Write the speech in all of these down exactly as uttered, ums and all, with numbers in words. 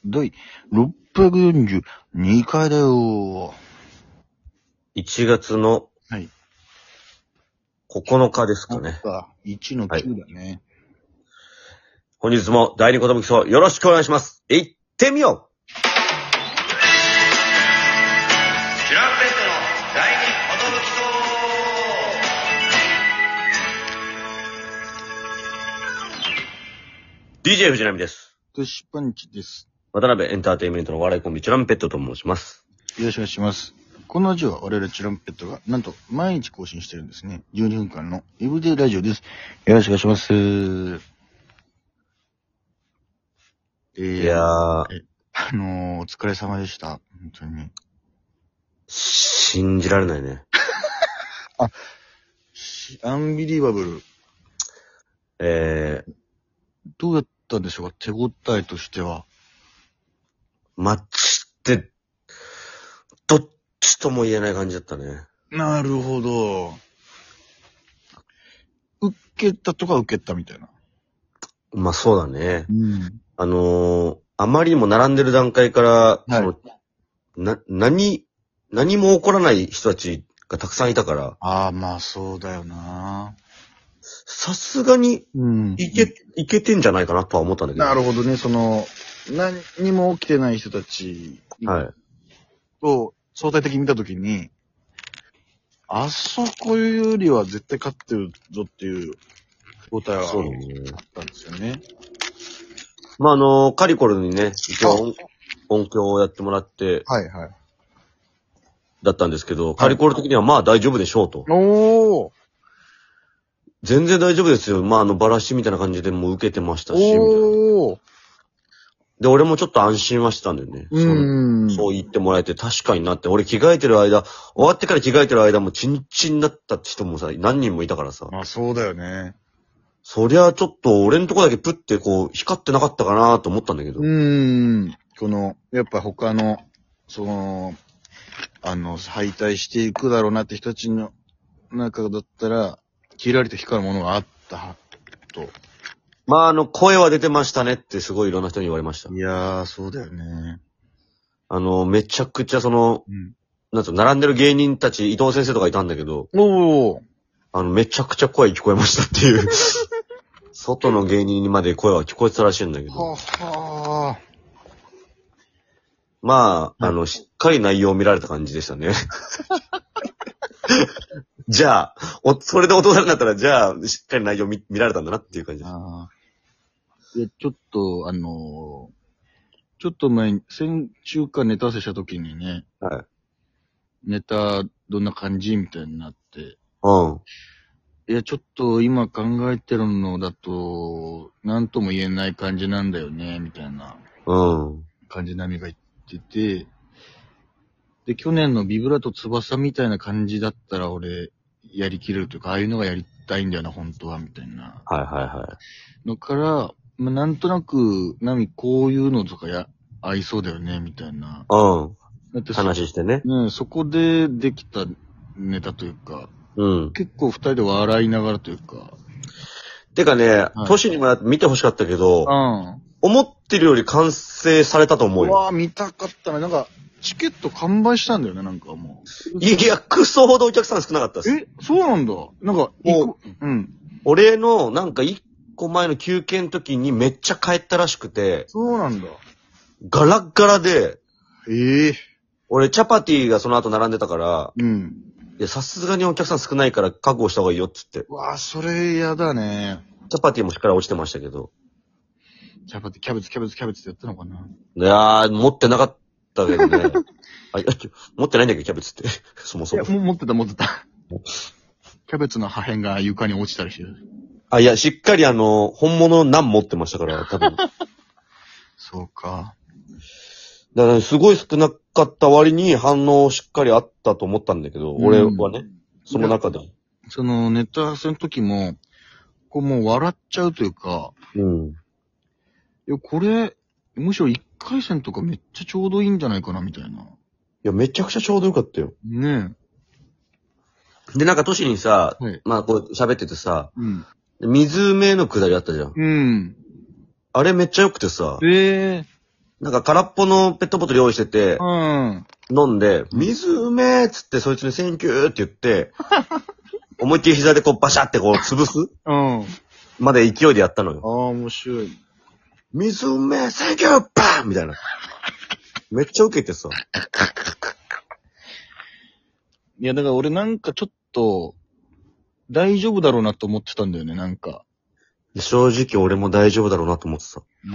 だいろっぴゃくよんじゅうにかいだよ。 いちがつのはい。 ここのかですかね。 いちのきゅうだね。 本日も第二言武器層よろしくお願いします。行ってみよう。チュランペットの第二言武器層。ディージェー 藤波です。 トシパンチです。 渡辺エンターテインメントのお笑いコンビチュランペットと申します。 よろしくお願いします。このラジオは我々チュランペットがなんと毎日更新してるんですね。じゅうにふんかんのエブリデイラジオです。よろしくお願いします。えー、 いやー、あのー、お疲れ様でした。本当に。 信じられないね。 あ、アンビリーバブル。 えー、 どうやったんでしょうか、手応えとしては。 マッチって、どっちとも言えない感じだったね。 なるほど。受けたとか受けたみたいな。 まあそうだね。 うん。 あのー、あまりにも並んでる段階から、 はい、 その、な、何、何も起こらない人たちがたくさんいたから。 ああ、まあそうだよな。 さすがに、 うん。 いけ、いけてんじゃないかなとは思ったんだけど。 なるほどね、その、何にも起きてない人たちはい。 を相対的に見たときに、あそこよりは絶対勝ってるぞっていう答えはあったんですよね。 まあ、あのー、カリコルにね、一応音響をやってもらって、 はいはい。 だったんですけど、はい、カリコル的にはまあ大丈夫でしょうと。 おー。 全然大丈夫ですよ。まあ、あの、バラシみたいな感じでもう受けてましたし、 おー。 で、俺もちょっと安心はしてたんだよね。 うん。 そう言ってもらえて確かになって、俺着替えてる間、終わってから着替えてる間もチンチンだった人もさ、何人もいたからさ。 まあそうだよね。 そりゃちょっと俺のとこだけプッてこう光ってなかったかなと思ったんだけど。 うーん。この、やっぱ他の、その、あの、敗退していくだろうなって人たちの中だったら、キラリと光るものがあったと。 まあ、あの、声は出てましたねってすごいいろんな人に言われました。 いやー、そうだよね。 あの、めちゃくちゃその、 うん、 なんつうの、並んでる芸人たち、伊藤先生とかいたんだけど、 おー。 あの、めちゃくちゃ声聞こえましたっていう。外の芸人にまで声は聞こえてたらしいんだけど。 ははまあ、あの、しっかり内容を見られた感じでしたね。じゃあ、お、それで落とされたんだったら、じゃあ、しっかり内容見、見られたんだなっていう感じです。 あいや、ちょっと、あのー、ちょっと前に、先週かネタ合わせした時にね、 はい。 ネタどんな感じみたいになって、 うん。 いや、ちょっと今考えてるのだと、なんとも言えない感じなんだよね、みたいなうん。 感じ波が言ってて、で、去年のビブラと翼みたいな感じだったら俺、やりきれるというか、ああいうのがやりたいんだよな、本当は、みたいな。 はいはいはい。 のから、まあ、なんとなく、ナミこういうのとかや、合いそうだよね、みたいな。 うん。 だって話してね。 ね、そこでできたネタというか、 うん。 結構二人で笑いながらというか。 てかね、 はい、 トシにも見てほしかったけど、 うん。 思ってるより完成されたと思うよ。 うわぁ、見たかったな。なんか、チケット完売したんだよね、なんかもう。 いや、クソほどお客さん少なかったです。 え、そうなんだ。なんか、 もう、うん。 俺の、なんか一個前の休憩の時にめっちゃ帰ったらしくて、 そうなんだ。 ガラッガラで、 ええー。 俺、チャパティがその後並んでたから、 うん。 いや、さすがにお客さん少ないから覚悟した方がいいよっつって。 うわぁ、それやだね。 チャパティもしっかり落ちてましたけど。 キャベツ、キャベツ、キャベツ、キャベツってやったのかな。 いやー、持ってなかったけどね。あ、いや、持ってないんだけど、キャベツって。そもそも。 いや、も持ってた、持ってた。キャベツの破片が床に落ちたりしてる。 あ、いや、しっかりあの、本物のナン持ってましたから、多分。 そうか。 だから、すごい少なかった割に反応しっかりあったと思ったんだけど、うん、俺はね、その中で。 そのネタ合わせの時も、こうもう笑っちゃうというか、 うん。 いや、これ、むしろ一回戦とかめっちゃちょうどいいんじゃないかな、みたいな。いや、めちゃくちゃちょうどよかったよ。 ねえ。で、なんか、都市にさ、 はい、 まあ、こう、喋っててさ、 うん。 水目のくだりあったじゃん。 うん。 あれめっちゃ良くてさ、 ええー。 なんか空っぽのペットボトル用意してて、 うん。 飲んで、水うめーっつってそいつにセンキューって言って、思いっきり膝でこうバシャってこう潰すうん。あまで勢いでやったのよ。 あ、面白い。 水うめー、センキューバーンみたいな。めっちゃウケてさ。 いや、だから俺なんかちょっと、大丈夫だろうなと思ってたんだよね、なんか。 正直俺も大丈夫だろうなと思ってた。 うん。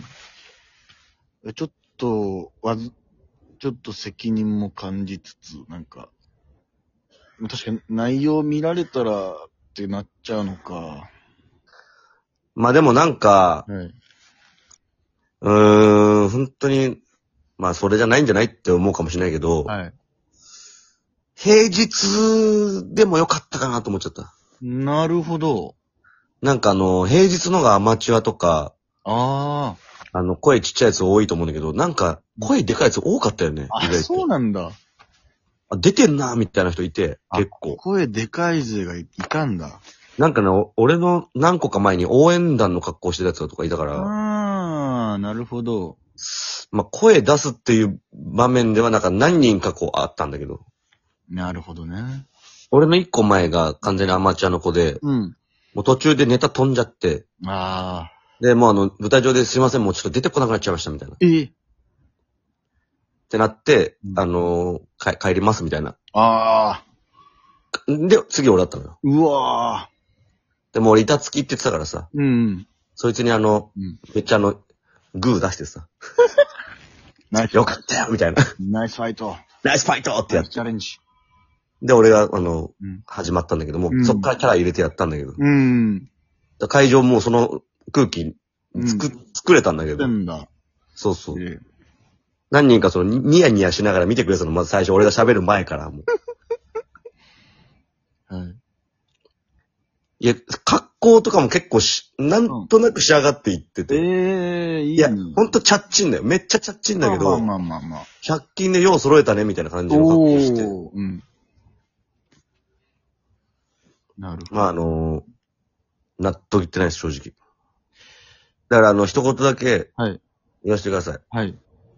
ちょっと、わず、ちょっと責任も感じつつ、なんか、確かに内容見られたらってなっちゃうのか。 まあでもなんか、 はい。 うーん、本当に、まあそれじゃないんじゃないって思うかもしれないけど、 はい。 平日でもよかったかなと思っちゃった。 なるほど。 なんかあの、平日のがアマチュアとか、 ああの、声ちっちゃいやつ多いと思うんだけど、なんか、声でかいやつ多かったよね、 あ。あ、 意外と。 そうなんだ。 あ、出てんな、みたいな人いて、 あ結構。 声でかい勢がいいたんだ。 なんかね、お俺の何個か前に応援団の格好してたやつとかいたから、 ああ、なるほど。 まあ、声出すっていう場面ではなんか何人かこうあったんだけど、 なるほどね。 俺の一個前が完全にアマチュアの子で、 うん。 もう途中でネタ飛んじゃって、 ああ。 で、もうあの、舞台上ですいません、もうちょっと出てこなくなっちゃいましたみたいな。っえてなって、 うんあのー、か帰りますみたいな。 ああ。 で、次俺だったのよ。 うわー。 でも俺板付きって言ってたからさ、 うん。 そいつにあの、 うん。 めっちゃあの、グー出してさ、 ナイス。 よかったよみたいな。 ナイスファイト。 ナイスファイトってやナイスって。 チャレンジ。 で、俺が、あの、 うん。 始まったんだけども、 うんそっからキャラ入れてやったんだけど、 うん。 会場もうその空気、作、 うん作れたんだけど、 なんだ。 そうそう。 え何人かその、ニニヤニヤしながら見てくれたの、まず最初俺が喋る前からもう。 えはい。 いや、格好とかも結構し、なんとなく仕上がっていってて。 ええー、いいね。 いや、ほんとチャッチンだよ。めっちゃチャッチンだけど、 まあまあまあまあ。 ひゃく均でよう揃えたねみたいな感じの格好して。 おー。うん。なるほど。 まああのー納得いってないです、正直。だからあの、一言だけはい。 言わせてください。 はい。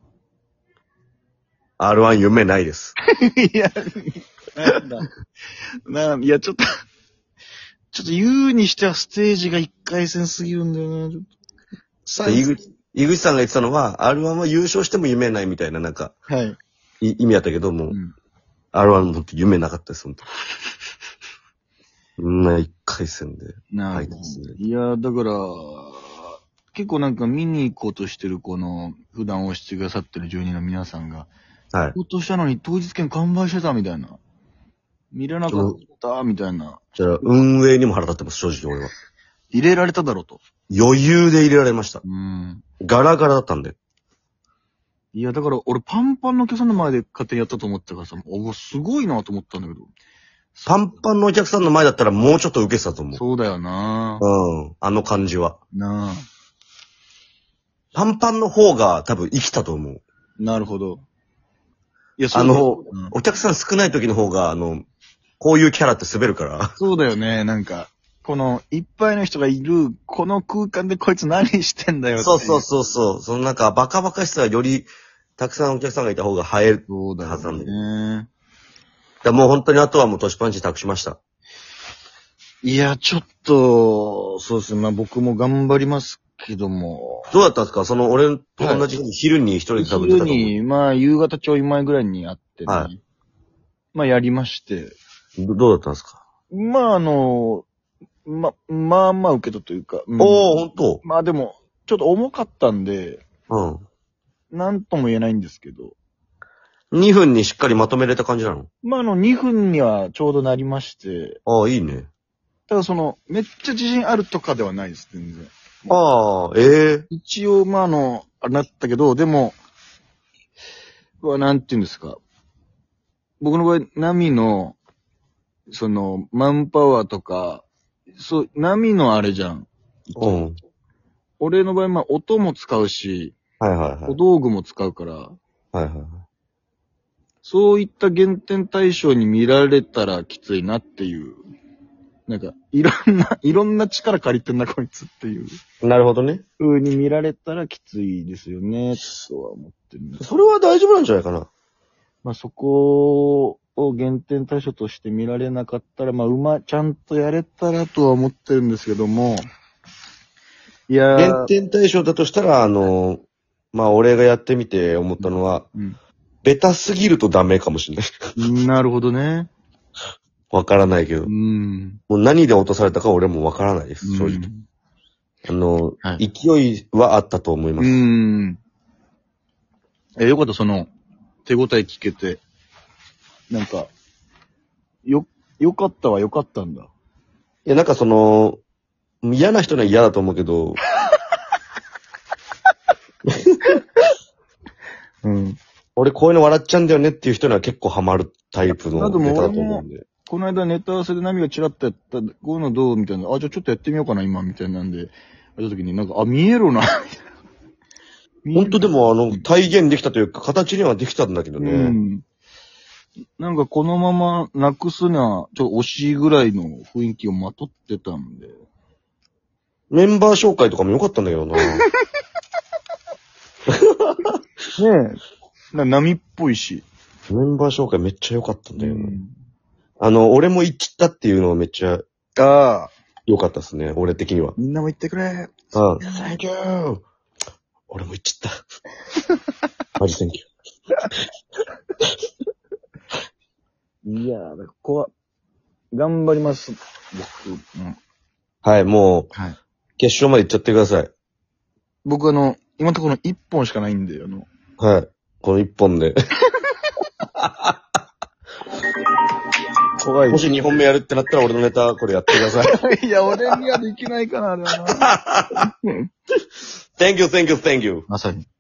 アールワン 夢ないです。 いや、なんだ。な、いや、ちょっと、ちょっと言うにしてはステージが一回戦すぎるんだよな。ちょっとさ井口、井口さんが言ってたのは、アールワン は優勝しても夢ないみたいな、なんか、 はい。 い意味だったけども、 うん。 アールワン も本当夢なかったです、本当。うんな一回戦で。 なるほど。いや、だから、結構なんか見に行こうとしてるこの、普段押してくださってる住人の皆さんが、 はい。 行こうとしたのに当日券完売してたみたいな。見れなかったみたいな。 じゃあ、運営にも腹立ってます、正直俺は。 入れられただろうと。 余裕で入れられました。 うん。 ガラガラだったんで。 いや、だから俺パンパンのお客さんの前で勝手にやったと思ってたからさ、お、すごいなと思ったんだけど。 パンパンのお客さんの前だったらもうちょっと受けてたと思う。 そうだよなうん。あの感じは。 なあ。 パンパンの方が多分生きたと思う。 なるほど。いや、 あの、 うんお客さん少ない時の方が、あの、こういうキャラって滑るから。 そうだよね、なんか。この、いっぱいの人がいる、この空間でこいつ何してんだよっていそうそうそうそう。そのなんか、バカバカしさはより、たくさんお客さんがいた方が映える。 そうだよはずなんだね。 だもう本当にあとはもう年パンチ託しました。 いや、ちょっと、そうですね。まあ僕も頑張りますけども。 どうだったんですかその、俺と同じ日に昼に一人で食べて昼たと思う。 に、まあ夕方ちょい前ぐらいに会ってね。 はいまあやりまして。 どどうだったんですか、 まああの、ま、まあまあ受けたというか。うんおー、ほんとまあでも、ちょっと重かったんで、 うん。 なんとも言えないんですけど。 にふんにしっかりまとめれた感じなのまああの、にふんにはちょうどなりまして。 ああ、いいね。 ただその、めっちゃ自信あるとかではないです、全然。 ああ、ええ一応、まああの、あれなったけど、でも、うわなんて言うんですか。僕の場合、波の、その、マンパワーとか、そう、波のあれじゃん。 うん。 俺の場合、まあ音も使うし、 はいはいはい小。道具も使うから、 はいはいはい。 そういった減点対象に見られたらきついなっていう。 なんか、いろんな、いろんな力借りてんな、こいつっていう。 なるほどね。 風に見られたらきついですよね、とは思ってるんです。 それは大丈夫なんじゃないかな。 まあそこを減点対象として見られなかったら、まあうま、ちゃんとやれたらとは思ってるんですけども、いやー。 減点対象だとしたら、あの、まあ俺がやってみて思ったのは、うん、ベタすぎるとダメかもしれない。 なるほどね。 わからないけど。 うん。 もう何で落とされたか俺もわからないです、正直。あの、はい、勢いはあったと思います。 うん。え、よかった、その、手応え聞けて。なんか、よ、よかったはよかったんだ。 いや、なんかその、嫌な人には嫌だと思うけど、うん。俺こういうの笑っちゃうんだよねっていう人には結構ハマるタイプのネタだと思うんで。 この間ネタ合わせでナミがチラッとやった、こういうのどうみたいな。あ、じゃあちょっとやってみようかな、今、みたいなんで。やった時になんか、あ、見えろな、みたいな。ほんとでもあの、体現できたというか、形にはできたんだけどね。うん。 なんかこのままなくすには、ちょっと惜しいぐらいの雰囲気をまとってたんで。 メンバー紹介とかも良かったんだけどな。ねえ。な、波っぽいし。 メンバー紹介めっちゃ良かったんだよね。うん、あの、俺も行ったっていうのはめっちゃ、ああ。良かったっすね、俺的には。 みんなも行ってくれ。うん。 Thank you! 俺も行っちゃった。マジ Thank you. いやー、ここは、頑張ります。僕。うん、 はい、もう、はい、決勝まで行っちゃってください。 僕あの、今のところ一本しかないんで、あの。 はい。この一本で。怖い。もし二本目やるってなったら俺のネタこれやってください。いや、俺にはできないかな、あれはな。 Thank you, thank you, thank you. まさに。